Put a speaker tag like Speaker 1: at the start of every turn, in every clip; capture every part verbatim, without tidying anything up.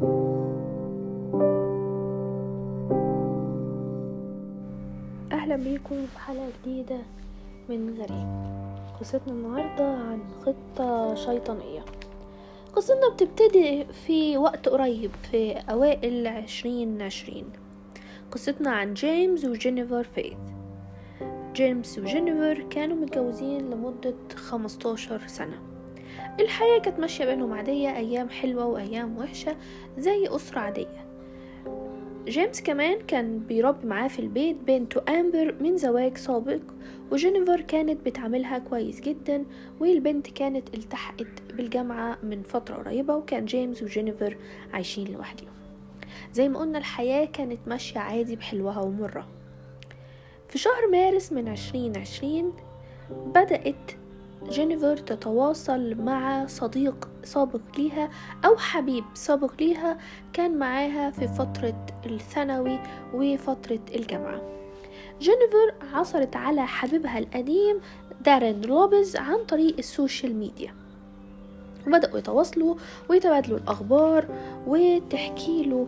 Speaker 1: اهلا بيكم في حلقة جديدة من غريب. قصتنا النهاردة عن خطة شيطانية. قصتنا بتبتدي في وقت قريب في اوائل عشرين عشرين. قصتنا عن جيمس وجينيفر فيث. جيمس وجينيفر كانوا متجوزين لمدة خمستاشر سنة. الحياة كانت ماشية بينهم عادية، ايام حلوة وايام وحشة زي اسرة عادية. جيمس كمان كان بيربي معاه في البيت بنته أمبر من زواج سابق، وجينيفر كانت بتعاملها كويس جدا، والبنت كانت التحقت بالجامعة من فترة قريبة، وكان جيمس وجينيفر عايشين لوحدهم. زي ما قلنا الحياة كانت ماشية عادي بحلوها ومرة. في شهر مارس من عشرين عشرين بدأت جينيفر تتواصل مع صديق سابق ليها أو حبيب سابق ليها كان معاها في فترة الثانوي وفترة الجامعة. جينيفر عثرت على حبيبها القديم دارين لوبيز عن طريق السوشيال ميديا، وبدأوا يتواصلوا ويتبادلوا الأخبار وتحكي له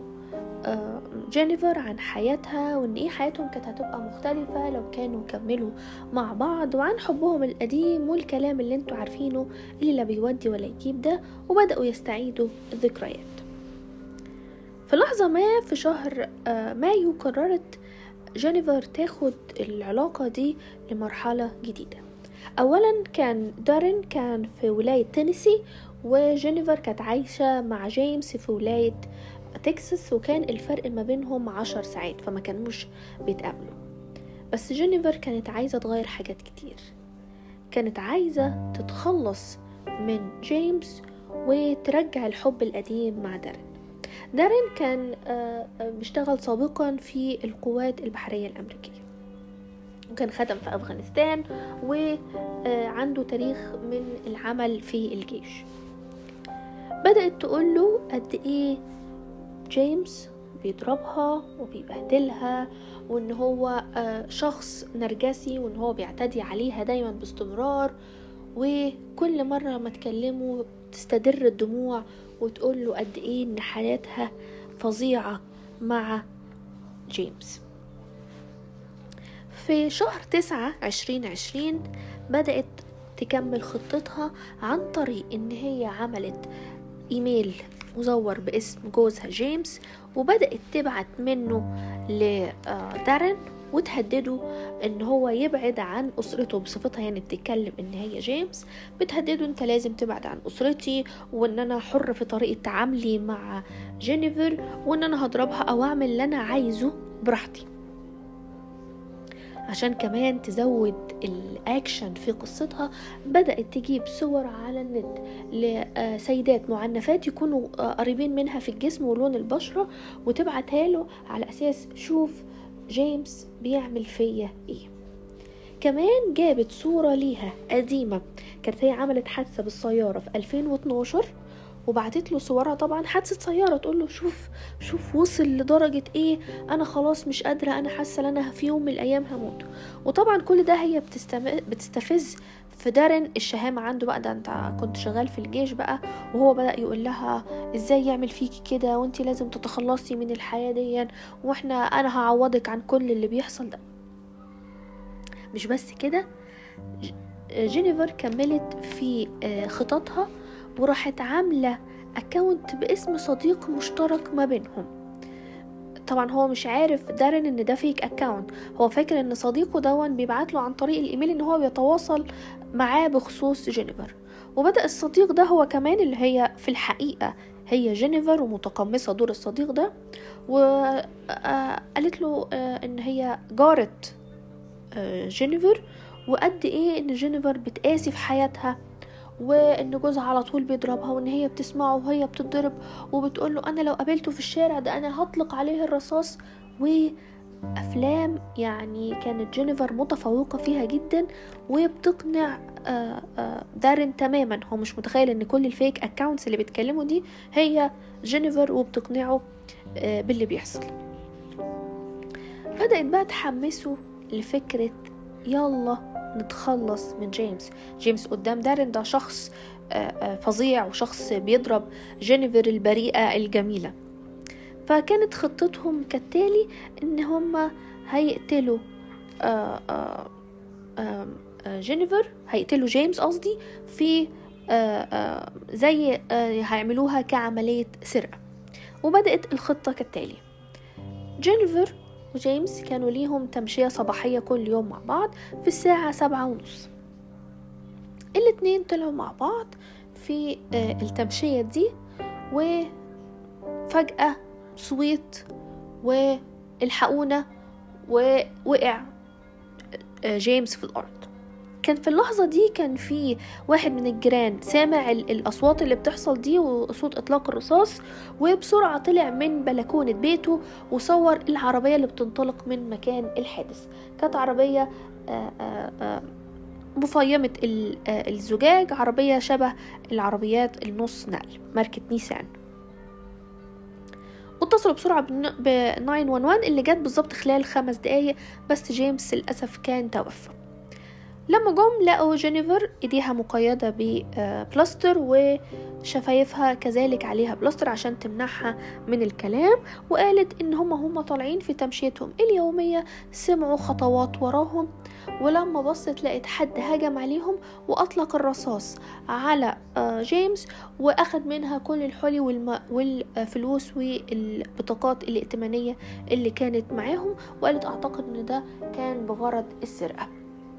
Speaker 1: جينيفر عن حياتها، وان ايه حياتهم كانت هتبقى مختلفة لو كانوا كملوا مع بعض، وعن حبهم القديم والكلام اللي انتوا عارفينه اللي لا بيودي ولا يجيب ده. وبدأوا يستعيدوا الذكريات. في لحظة ما في شهر مايو قررت جينيفر تاخد العلاقة دي لمرحلة جديدة. اولا كان دارين كان في ولاية تينيسي، وجينيفر كانت عايشة مع جيمس في ولاية تكساس، وكان الفرق ما بينهم عشر ساعات، فما كانوش بيتقابلوا. بس جينيفر كانت عايزة تغير حاجات كتير. كانت عايزة تتخلص من جيمس وترجع الحب القديم مع دارين. دارين كان بيشتغل سابقا في القوات البحرية الأمريكية، وكان خدم في أفغانستان، وعنده تاريخ من العمل في الجيش. بدأت تقوله قد ايه جيمس بيضربها وبيبهدلها، وان هو شخص نرجسي، وان هو بيعتدي عليها دايما باستمرار، وكل مرة ما تكلمه تستدر الدموع وتقوله قد ايه ان حياتها فظيعة مع جيمس. في شهر تسعة عشرين عشرين بدأت تكمل خطتها عن طريق ان هي عملت ايميل مزور باسم جوزها جيمس، وبدأت تبعت منه لدارين وتهدده ان هو يبعد عن اسرته بصفتها، يعني بتتكلم ان هي جيمس بتهدده انت لازم تبعد عن اسرتي، وان انا حر في طريقة تعاملي مع جينيفر، وان انا هضربها او اعمل اللي انا عايزه براحتي. عشان كمان تزود الأكشن في قصتها بدأت تجيب صور على النت لسيدات معنفات يكونوا قريبين منها في الجسم ولون البشرة، وتبعتها له على أساس شوف جيمس بيعمل فيا ايه. كمان جابت صورة ليها قديمة، كانت هي عملت حادثة بالسيارة في ألفين واثناشر، وبعتت له صورها طبعا حادثة سيارة، تقول له شوف شوف وصل لدرجة ايه، انا خلاص مش قادرة، انا حاسة ان انا في يوم من الايام هموت. وطبعا كل ده هي بتستم... بتستفز في دارين الشهامة عنده بقى، ده انت كنت شغال في الجيش بقى، وهو بدأ يقول لها ازاي يعمل فيكي كده، وانتي لازم تتخلصي من الحياة دي، واحنا انا هعوضك عن كل اللي بيحصل ده. مش بس كده، جينيفر كملت في خططها وراحت عاملة اكاونت باسم صديق مشترك ما بينهم. طبعا هو مش عارف دارين ان ده فيك اكاونت، هو فاكر ان صديقه دون بيبعت له عن طريق الايميل ان هو بيتواصل معاه بخصوص جينيفر. وبدأ الصديق ده هو كمان اللي هي في الحقيقة هي جينيفر ومتقمصة دور الصديق ده، وقالت له ان هي جارة جينيفر، وقد ايه ان جينيفر بتقاسي في حياتها، وان جوزها على طول بيضربها، وان هي بتسمعه وهي بتضرب، وبتقول له انا لو قابلته في الشارع ده انا هطلق عليه الرصاص. وافلام يعني كانت جينيفر متفوقة فيها جدا، وبتقنع دارين تماما. هو مش متخيل ان كل الفيك اكاونتس اللي بيتكلموا دي هي جينيفر، وبتقنعه باللي بيحصل. بدأت بقى تحمسه لفكرة يلا نتخلص من جيمس. جيمس قدام دارين ده شخص فظيع، وشخص بيضرب جينيفر البريئة الجميلة. فكانت خطتهم كالتالي ان هم هيقتلوا آآ آآ آآ جينيفر، هيقتلوا جيمس قصدي في آآ آآ زي آآ هيعملوها كعملية سرقة. وبدأت الخطة كالتالي: جينيفر وجيمس كانوا ليهم تمشية صباحية كل يوم مع بعض في الساعة سبعة ونص. الاتنين طلعوا مع بعض في التمشية دي، وفجأة صويت والحقونا، ووقع جيمس في الأرض. كان في اللحظة دي كان في واحد من الجيران سامع الأصوات اللي بتحصل دي وصوت إطلاق الرصاص، وبسرعة طلع من بلكونة بيته وصور العربية اللي بتنطلق من مكان الحادث. كانت عربية مفيمة الزجاج، عربية شبه العربيات النص نقل ماركة نيسان. واتصلوا بسرعة ب تسعة واحد واحد اللي جت بالظبط خلال خمس دقايق، بس جيمس للأسف كان توفى. لما جم لقوا جينيفر ايديها مقيدة ببلاستر وشفايفها كذلك عليها بلاستر عشان تمنعها من الكلام، وقالت ان هم هم طالعين في تمشيتهم اليومية سمعوا خطوات وراهم، ولما بصت لقيت حد هجم عليهم وأطلق الرصاص على جيمس وأخذ منها كل الحلي والفلوس والبطاقات الائتمانية اللي كانت معاهم، وقالت أعتقد أن ده كان بغرض السرقة.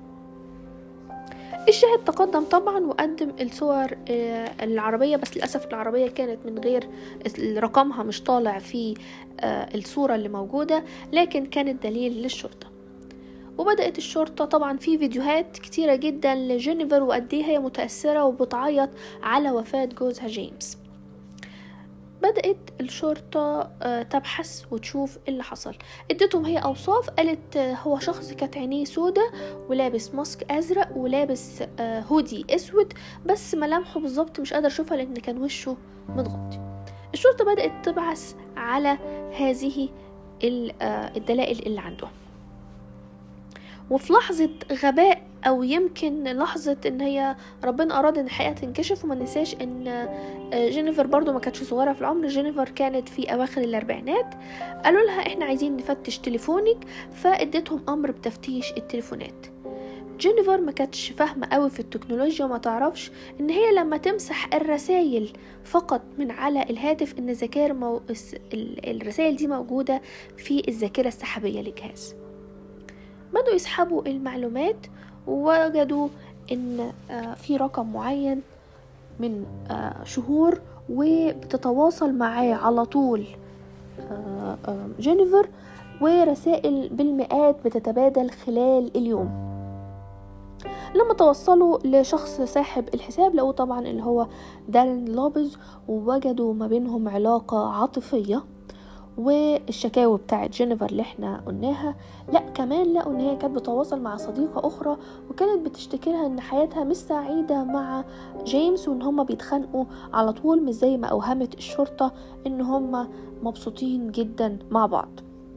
Speaker 1: الشاهد تقدم طبعا وقدم الصور العربية، بس للأسف العربية كانت من غير رقمها، مش طالع في الصورة اللي موجودة، لكن كانت دليل للشرطة. وبدأت الشرطة طبعا في فيديوهات كتيرة جدا لجينيفر وقد ايه هي متأثرة وبتعيط على وفاة جوزها جيمس. بدأت الشرطة تبحث وتشوف اللي حصل. ادتهم هي أوصاف، قالت هو شخص كانت عينيه سودة ولابس ماسك أزرق ولابس هودي أسود، بس ملامحه بالظبط مش قادر أشوفها لأن كان وشه متغطي. الشرطة بدأت تبحث على هذه الدلائل اللي عندهم، وفي لحظة غباء او يمكن لحظة ان هي ربنا اراد ان الحقيقة تنكشف. وما ننساش ان جينيفر برضو ما كانتش صغيرة في العمر، جينيفر كانت في اواخر الاربعينات. قالوا لها احنا عايزين نفتش تليفونك، فادتهم امر بتفتيش التليفونات. جينيفر ما كانتش فاهمة قوي في التكنولوجيا وما تعرفش ان هي لما تمسح الرسائل فقط من على الهاتف ان الذاكرة مو... الرسائل دي موجودة في الذاكرة السحابية للجهاز. بدأوا يسحبوا المعلومات ووجدوا ان في رقم معين من شهور وبتتواصل معاه على طول جينيفر، ورسائل بالمئات بتتبادل خلال اليوم. لما توصلوا لشخص صاحب الحساب لقوا طبعا اللي هو دارين لوبيز، ووجدوا ما بينهم علاقة عاطفية. والشكاوي بتاعت جينيفر اللي احنا قلناها، لا كمان لقوا ان هي كانت بتتواصل مع صديقة اخرى وكانت بتشتكي لها ان حياتها مش سعيدة مع جيمس وان هما بيتخانقوا على طول، مش زي ما اوهمت الشرطة ان هما مبسوطين جدا مع بعض.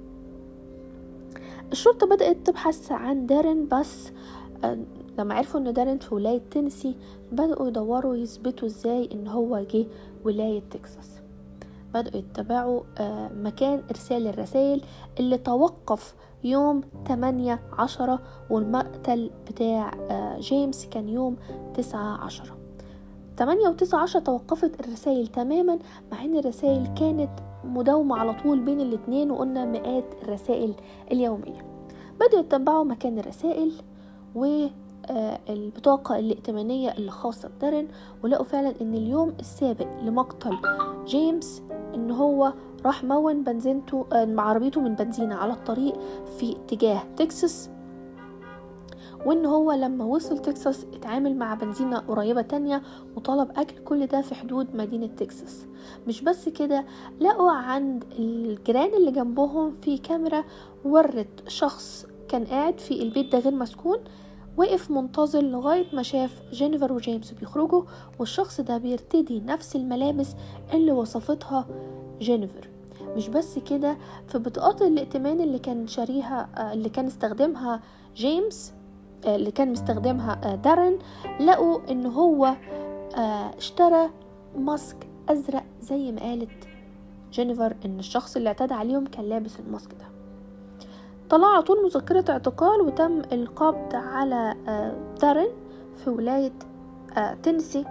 Speaker 1: الشرطة بدأت تبحث عن دارين، بس لما عرفوا ان دارين في ولاية تينيسي بدأوا يدوروا يثبتوا ازاي ان هو جه ولاية تكساس. بدأوا يتبعوا مكان إرسال الرسائل اللي توقف يوم ثمانية عشرة، والمقتل بتاع جيمس كان يوم تسعة عشرة. ثمانية وتسعة عشرة توقفت الرسائل تماما، مع ان الرسائل كانت مداومة على طول بين الاثنين، وقلنا مئات الرسائل اليومية. بدأوا يتبعوا مكان الرسائل والبطاقة الائتمانية اللي خاصة بدارين، ولقوا فعلا ان اليوم السابق لمقتل جيمس ان هو راح مون بنزينته مع عربيته من بنزينة على الطريق في اتجاه تكساس، وان هو لما وصل تكساس اتعامل مع بنزينة قريبة تانية وطلب اكل، كل ده في حدود مدينة تكساس. مش بس كده، لقوا عند الجيران اللي جنبهم في كاميرا ورت شخص كان قاعد في البيت ده غير مسكون، وقف منتظر لغاية ما شاف جينيفر وجيمس بيخرجوا، والشخص ده بيرتدي نفس الملابس اللي وصفتها جينيفر. مش بس كده، في بطاقات الائتمان اللي كان شاريها اللي كان استخدمها جيمس اللي كان مستخدمها دارين، لقوا ان هو اشترى ماسك ازرق زي ما قالت جينيفر ان الشخص اللي اعتدى عليهم كان لابس الماسك ده. طلع على طول مذكرة اعتقال، وتم القبض على دارين في ولاية تينيسي.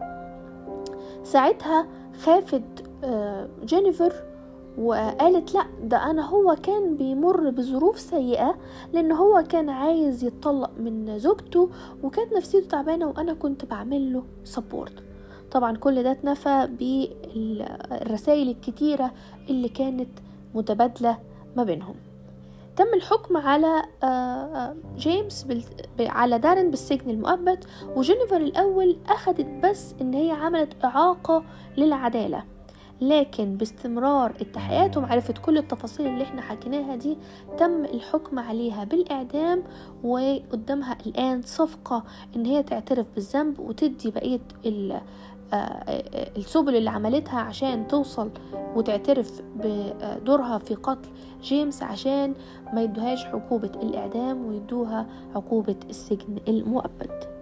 Speaker 1: ساعتها خافت جينيفر وقالت لا، ده انا هو كان بيمر بظروف سيئة لان هو كان عايز يتطلق من زوجته وكانت نفسيته تعبانة وانا كنت بعمل له سبورت. طبعا كل ده اتنفى بالرسائل الكتيرة اللي كانت متبادلة ما بينهم. تم الحكم على جيمس على دارين بالسجن المؤبد، وجينيفر الأول أخدت بس إن هي عملت إعاقة للعدالة، لكن باستمرار التحقيقات ومعرفة كل التفاصيل اللي احنا حكيناها دي تم الحكم عليها بالإعدام، وقدامها الآن صفقة إن هي تعترف بالذنب وتدي بقية السبل اللي عملتها عشان توصل وتعترف بدورها في قتل جيمس، عشان ما يدوهاش عقوبة الإعدام ويدوها عقوبة السجن المؤبد.